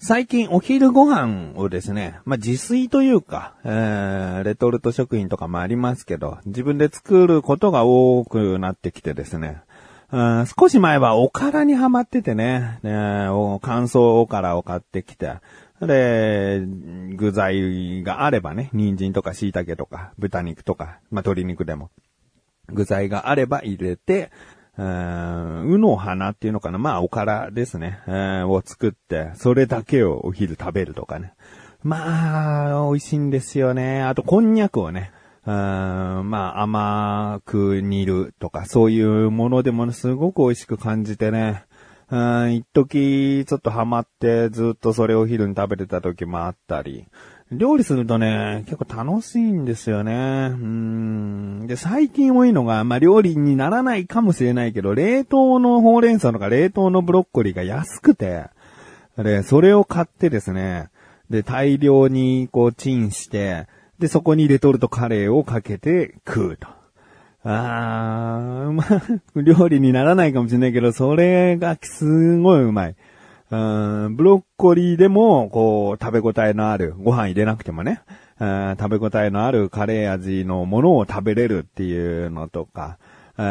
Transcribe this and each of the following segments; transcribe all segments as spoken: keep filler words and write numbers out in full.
最近お昼ご飯をですね、まあ、自炊というか、えー、レトルト食品とかもありますけど、自分で作ることが多くなってきてですね、うん、少し前はおからにハマっててね、ねお乾燥おからを買ってきて、で、具材があればね、人参とか椎茸とか豚肉とか、まあ、鶏肉でも、具材があれば入れて、うーん、うの花っていうのかな、まあおからですね、えー、を作って、それだけをお昼食べるとかね。まあ、美味しいんですよね。あと、こんにゃくをね、うーん、まあ甘く煮るとか、そういうものでもすごく美味しく感じてね。うん、一時ちょっとハマってずっとそれを昼に食べてた時もあったり。料理するとね、結構楽しいんですよね。うーん。で、最近多いのが、まあ、料理にならないかもしれないけど、冷凍のほうれん草とか冷凍のブロッコリーが安くて、で、それを買ってですね、で、大量にこうチンして、で、そこにレトルトカレーをかけて食うと。あー、まあ、料理にならないかもしれないけど、それがすごいうまい。うん、ブロッコリーでも、こう、食べ応えのある、ご飯入れなくてもね、うん、食べ応えのあるカレー味のものを食べれるっていうのとか、うん、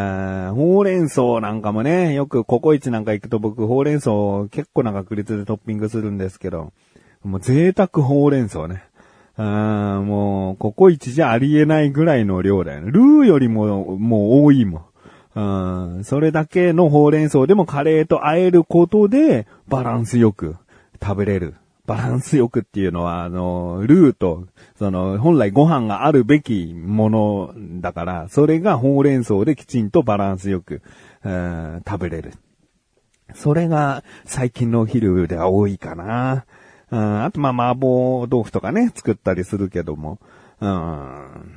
ほうれん草なんかもね、よくココイチなんか行くと僕、ほうれん草結構な確率でトッピングするんですけど、もう贅沢ほうれん草ね。うん、もう、ココイチじゃありえないぐらいの量だよね。ルーよりも、もう多いもん。うん、それだけのほうれん草でもカレーと和えることでバランスよく食べれる。バランスよくっていうのは、あの、ルーと、その、本来ご飯があるべきものだから、それがほうれん草できちんとバランスよく、うん、食べれる。それが最近のお昼では多いかな。うん、あと、まあ、麻婆豆腐とかね、作ったりするけども。うん、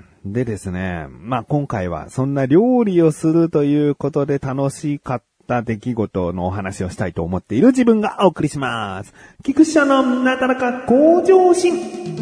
でですね、まあ、今回はそんな料理をするということで楽しかった出来事のお話をしたいと思っている自分がお送りします。菊池社のなかなか向上心。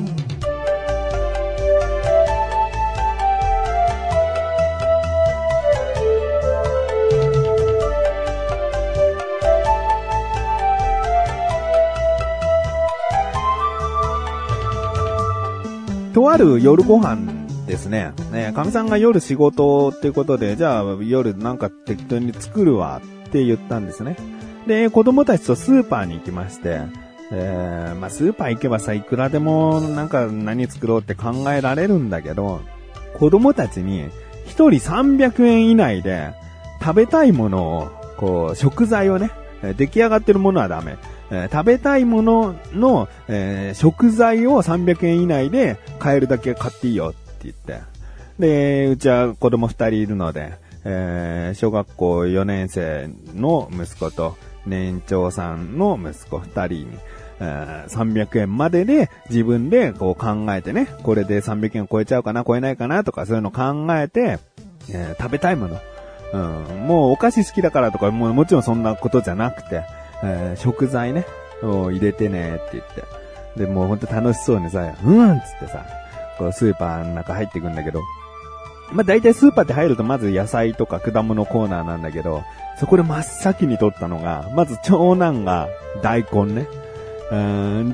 とある夜ご飯ですね。ね、かみさんが夜仕事っていうことで、じゃあ夜なんか適当に作るわって言ったんですね。で、子供たちとスーパーに行きまして、えー、まあスーパー行けばさ、いくらでもなんか何作ろうって考えられるんだけど、子供たちに一人さんびゃくえん以内で食べたいものを、こう、食材をね、出来上がってるものはダメ。えー、食べたいものの、えー、食材をさんびゃくえん以内で買えるだけ買っていいよって言って。で、うちは子供ふたりいるので、えー、小学校よねん生の息子と年長さんの息子ふたりに、えー、さんびゃくえんまでで自分でこう考えてね、これでさんびゃくえん超えちゃうかな、超えないかなとかそういうの考えて、えー、食べたいもの。うん、もうお菓子好きだからとか、もうもちろんそんなことじゃなくて、えー、食材ね、を入れてねって言って。で、もうほんと楽しそうにさ、うんっつってさ、こうスーパーの中入ってくんだけど、まあ、大体スーパーって入るとまず野菜とか果物コーナーなんだけど、そこで真っ先に取ったのが、まず長男が大根ね。うん、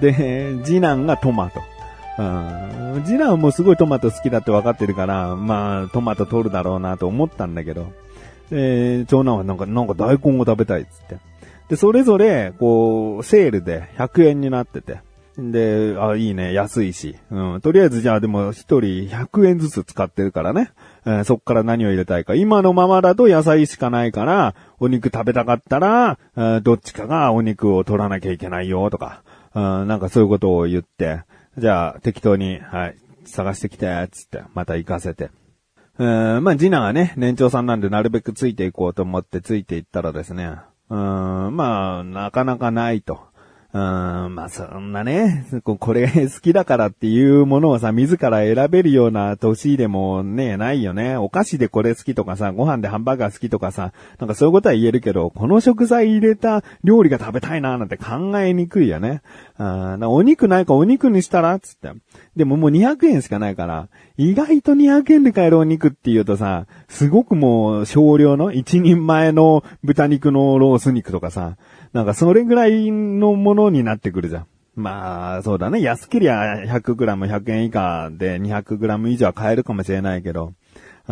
で、次男がトマト。うん、次男はもうすごいトマト好きだって分かってるから、まあトマト取るだろうなと思ったんだけど、で、長男はなんか、なんか大根を食べたいっつって。で、それぞれ、こう、セールでひゃくえんになってて。で、あ、いいね、安いし。うん。とりあえずじゃあでも一人ひゃくえんずつ使ってるからね。えー、そっから何を入れたいか。今のままだと野菜しかないから、お肉食べたかったら、えー、どっちかがお肉を取らなきゃいけないよとか。うん、なんかそういうことを言って、じゃあ適当に、はい、探してきて、つって、また行かせて。えー、まあ次男はね、年長さんなんでなるべくついていこうと思ってついていったらですね、うーん、まあ、なかなかないと。うーん、まあそんなね、これ好きだからっていうものをさ、自ら選べるような年でもね、ないよね。お菓子でこれ好きとかさ、ご飯でハンバーガー好きとかさ、なんかそういうことは言えるけど、この食材入れた料理が食べたいななんて考えにくいよね。あお肉ないかお肉にしたらつって。でももうにひゃくえんしかないから、意外とにひゃくえんで買えるお肉って言うとさ、すごくもう少量の一人前の豚肉のロース肉とかさ、なんかそれぐらいのものになってくるじゃん。 まあ、そうだね。安けりゃ ひゃくグラムひゃくえん以下で にひゃくグラム 以上は買えるかもしれないけど、うん、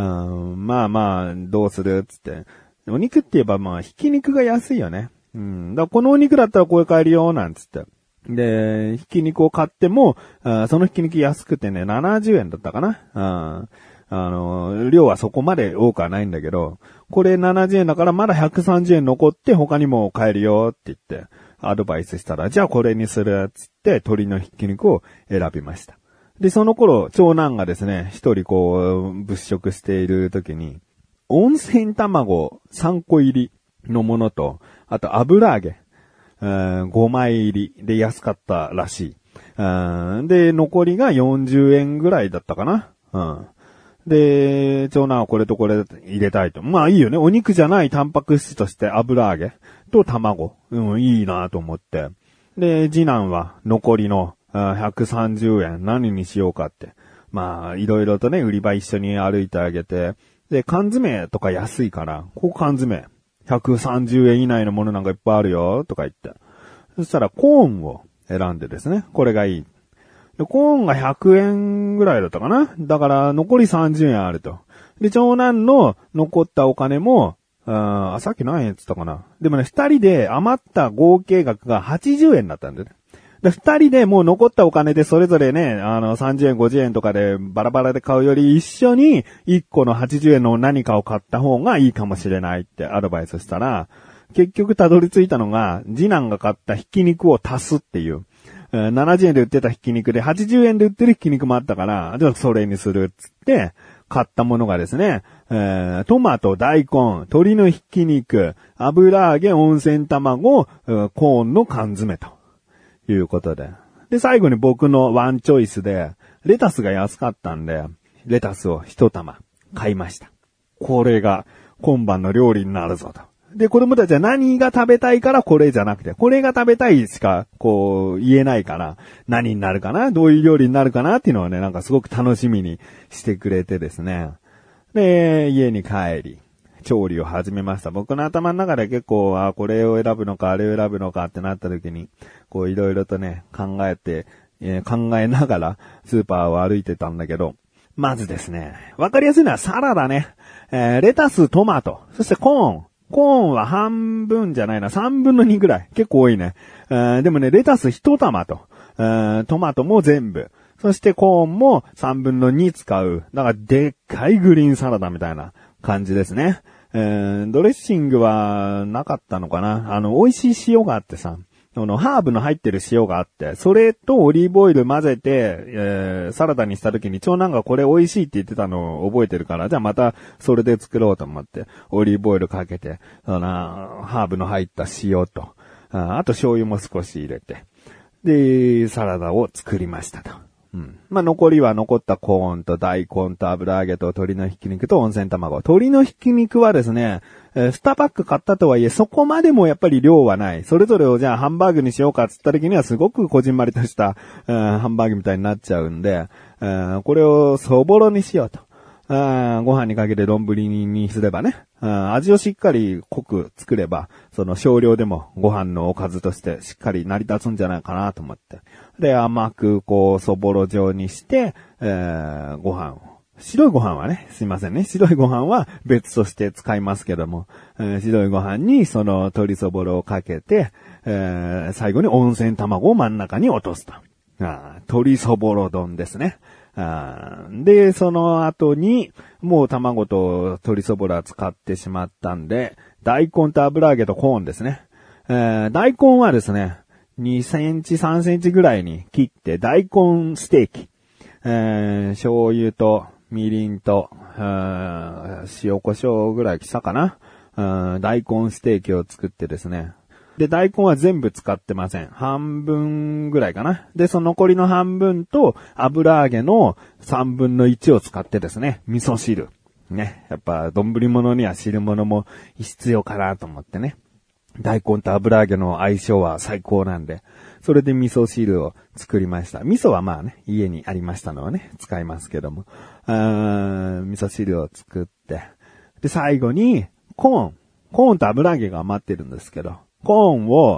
まあまあ、どうするつって。お肉って言えばまあ、ひき肉が安いよね。うん。だからこのお肉だったらこれ買えるよ、なんつって。で、ひき肉を買っても、あそのひき肉安くてね、ななじゅうえんだったかな。うん。あの、量はそこまで多くはないんだけど、これななじゅうえんだからまだひゃくさんじゅうえん残って他にも買えるよって言って、アドバイスしたら、じゃあこれにするっつって鶏のひき肉を選びました。で、その頃、長男がですね、一人こう、物色している時に、温泉卵さんこ入りのものと、あと油揚げ、ごまい入りで安かったらしい。で、残りがよんじゅうえんぐらいだったかな。うん。で、長男はこれとこれ入れたいと。まあいいよね。お肉じゃないタンパク質として油揚げと卵。うん、いいなと思って。で、次男は残りのひゃくさんじゅうえん何にしようかって。まあ、いろいろとね、売り場一緒に歩いてあげて。で、缶詰とか安いから、ここ缶詰。ひゃくさんじゅうえん以内のものなんかいっぱいあるよ、とか言って。そしたらコーンを選んでですね、これがいい。で、コーンがひゃくえんぐらいだったかな。だから残りさんじゅうえんあると。で、長男の残ったお金も、あ, さっき何円って言ったかな。でもね、二人で余った合計額がはちじゅうえんだったんだよね。で、二人でもう残ったお金でそれぞれね、あの、さんじゅうえん、ごじゅうえんとかでバラバラで買うより一緒にいっこのはちじゅうえんの何かを買った方がいいかもしれないってアドバイスしたら、結局たどり着いたのが、次男が買ったひき肉を足すっていう。ななじゅうえんで売ってたひき肉ではちじゅうえんで売ってるひき肉もあったから、じゃあそれにするっつって、買ったものがですね、えー、トマト、大根、鶏のひき肉、油揚げ、温泉卵、コーンの缶詰ということで。で、最後に僕のワンチョイスで、レタスが安かったんで、レタスを一玉買いました。これが今晩の料理になるぞと。で、子供たちは何が食べたいからこれじゃなくて、これが食べたいしか、こう、言えないから、何になるかな、どういう料理になるかなっていうのはね、なんかすごく楽しみにしてくれてですね。で、家に帰り、調理を始めました。僕の頭の中で結構、あ、これを選ぶのか、あれを選ぶのかってなった時に、こう、いろいろとね、考えて、えー、考えながら、スーパーを歩いてたんだけど、まずですね、わかりやすいのはサラダね。えー、レタス、トマト、そしてコーン。コーンは半分じゃないな、三分の二ぐらい。結構多いね。でもね、レタス一玉と、トマトも全部。そしてコーンも三分の二使う。だからでっかいグリーンサラダみたいな感じですね。ドレッシングはなかったのかな。あの、美味しい塩があってさ。そのハーブの入ってる塩があって、それとオリーブオイル混ぜて、えー、サラダにした時に長男がこれ美味しいって言ってたのを覚えてるから、じゃあまたそれで作ろうと思って、オリーブオイルかけて、そのハーブの入った塩と、あ, あと醤油も少し入れて、で、サラダを作りましたと。うん。まあ、残りは残ったコーンと大根と油揚げと鶏のひき肉と温泉卵。鶏のひき肉はですね、えー、にパック買ったとはいえ、そこまでもやっぱり量はない。それぞれをじゃあハンバーグにしようかっつった時にはすごくこじんまりとした、えー、ハンバーグみたいになっちゃうんで、えー、これをそぼろにしようと。あご飯にかけて丼にすればね、あ味をしっかり濃く作れば、その少量でもご飯のおかずとしてしっかり成り立つんじゃないかなと思って。で、甘くこう、そぼろ状にして、えー、ご飯を。白いご飯はね、すいませんね。白いご飯は別として使いますけども、えー、白いご飯にその鶏そぼろをかけて、えー、最後に温泉卵を真ん中に落とすと。あ鶏そぼろ丼ですね。あで、その後に、もう卵と鶏そぼろは使ってしまったんで、大根と油揚げとコーンですね。えー、大根はですね、にセンチ、さんセンチぐらいに切って、大根ステーキ。えー、醤油とみりんと、塩コショウぐらいしたかな。大根ステーキを作ってですね。で、大根は全部使ってません。半分ぐらいかな。で、その残りの半分と油揚げの三分の一を使ってですね、味噌汁。ね。やっぱ、丼物には汁物も必要かなと思ってね。大根と油揚げの相性は最高なんで、それで味噌汁を作りました。味噌はまあね、家にありましたのはね、使いますけども。あー味噌汁を作って。で、最後に、コーン。コーンと油揚げが余ってるんですけど、コーンを、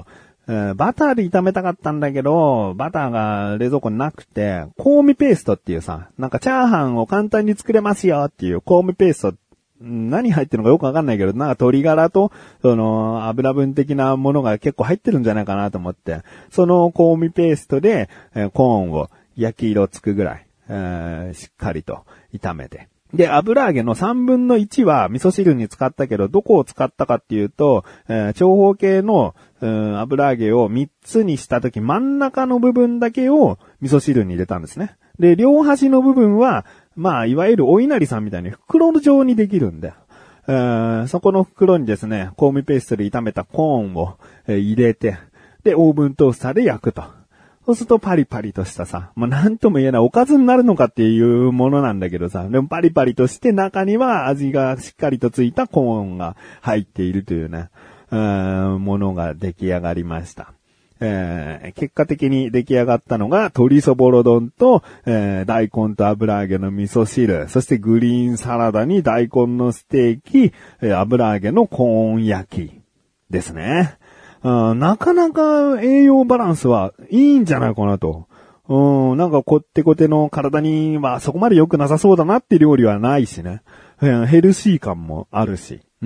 えー、バターで炒めたかったんだけど、バターが冷蔵庫になくて、香味ペーストっていうさ、なんかチャーハンを簡単に作れますよっていう香味ペースト、何入ってるのかよくわかんないけど、なんか鶏ガラと、その、油分的なものが結構入ってるんじゃないかなと思って、その香味ペーストで、えー、コーンを焼き色つくぐらい、えー、しっかりと炒めて。で、油揚げのさんぶんのいちは味噌汁に使ったけど、どこを使ったかっていうと、えー、長方形の、うん、油揚げをみっつにしたとき、真ん中の部分だけを味噌汁に入れたんですね。で、両端の部分は、まあ、いわゆるお稲荷さんみたいに袋状にできるんだよ。えー、そこの袋にですね、香味ペーストで炒めたコーンを、えー、入れて、で、オーブントースターで焼くと。そうするとパリパリとしたさ、まあ、なんとも言えないおかずになるのかっていうものなんだけどさ、でもパリパリとして中には味がしっかりとついたコーンが入っているというね、うーん、ものが出来上がりました。えー、結果的に出来上がったのが鶏そぼろ丼と、えー、大根と油揚げの味噌汁、そしてグリーンサラダに大根のステーキ、えー、油揚げのコーン焼きですね。うん、なかなか栄養バランスはいいんじゃないかなと。うん、なんかこってこての体にはそこまで良くなさそうだなって料理はないしね。ヘルシー感もあるし。うん、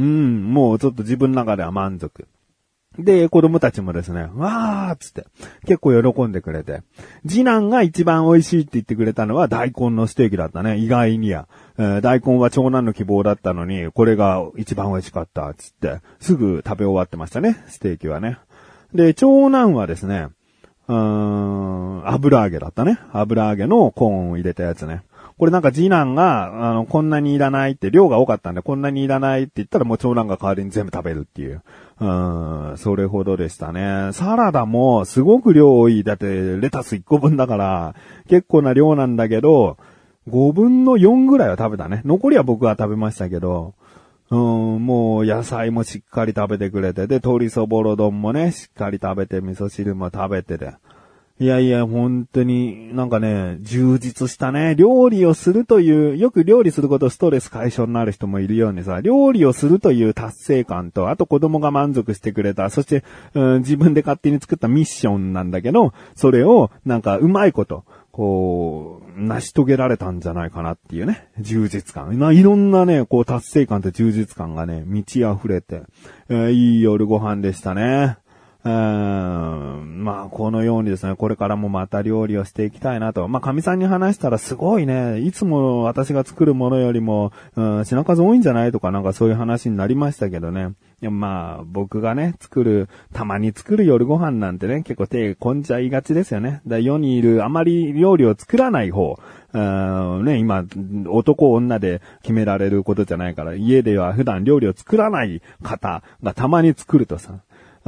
もうちょっと自分の中では満足。で、子供たちもですね、わーっつって、結構喜んでくれて。次男が一番美味しいって言ってくれたのは大根のステーキだったね。意外にや。えー、大根は長男の希望だったのに、これが一番美味しかったっつって、すぐ食べ終わってましたね、ステーキはね。で、長男はですね、うーん、油揚げだったね。油揚げのコーンを入れたやつね。これなんか次男が、あの、こんなにいらないって、量が多かったんで、こんなにいらないって言ったらもう長男が代わりに全部食べるっていう。うーん、それほどでしたね。サラダもすごく量多い。だって、レタスいっこぶんだから、結構な量なんだけど、ごぶんのよんぐらいは食べたね。残りは僕は食べましたけど、うーん、もう野菜もしっかり食べてくれて、で、鶏そぼろ丼もね、しっかり食べて、味噌汁も食べてで。いやいや、本当に、なんかね、充実したね。料理をするという、よく料理することストレス解消になる人もいるようにさ、料理をするという達成感と、あと子供が満足してくれた、そして、うん、自分で勝手に作ったミッションなんだけど、それを、なんかうまいこと、こう、成し遂げられたんじゃないかなっていうね、充実感。まあ、いろんなね、こう、達成感と充実感がね、満ち溢れて、えー、いい夜ご飯でしたね。うーん、まあ、このようにですね、これからもまた料理をしていきたいなと。まあ、神さんに話したらすごいね、いつも私が作るものよりも、うん、品数多いんじゃないとかなんかそういう話になりましたけどね。いやまあ、僕がね、作る、たまに作る夜ご飯なんてね、結構手込んじゃいがちですよね。だ世にいるあまり料理を作らない方、うんね、今、男女で決められることじゃないから、家では普段料理を作らない方がたまに作るとさ、うん、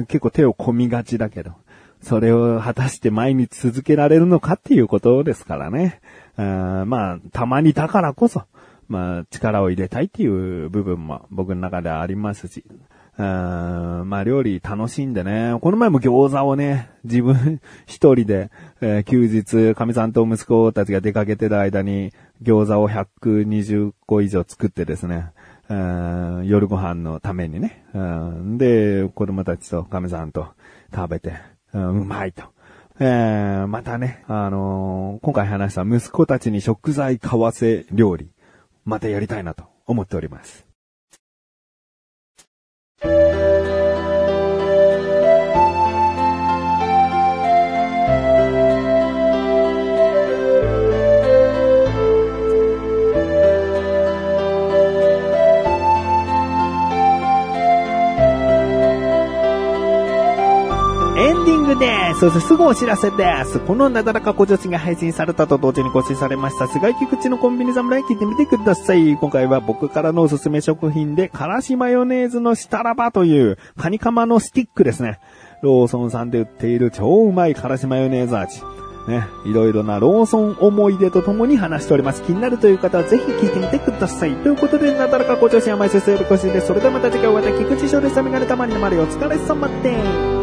結構手を込みがちだけど、それを果たして毎日続けられるのかっていうことですからね。うん、まあ、たまにだからこそ、まあ、力を入れたいっていう部分も僕の中ではありますし、うん、まあ、料理楽しんでね、この前も餃子をね、自分一人で、えー、休日、神さんと息子たちが出かけてる間に餃子をひゃくにじゅっこ以上作ってですね、うん、夜ご飯のためにね、うん、で、子供たちと亀さんと食べて、うん、うまいと。えー、またね、あのー、今回話した息子たちに食材買わせ料理、またやりたいなと思っております。そしてすぐお知らせです。このなだらか小女子が配信されたと同時に更新されました菅井菊池のコンビニ侍聞いてみてください。今回は僕からのおすすめ食品でからしマヨネーズのシタラバというカニカマのスティックですね。ローソンさんで売っている超うまいからしマヨネーズ味。ね、いろいろなローソン思い出とともに話しております。気になるという方はぜひ聞いてみてください。ということで、なだらか小女子は毎週水曜日更新です。それではまた次回お会いでき菊池翔でした。メガネたまにのまりお疲れ様です。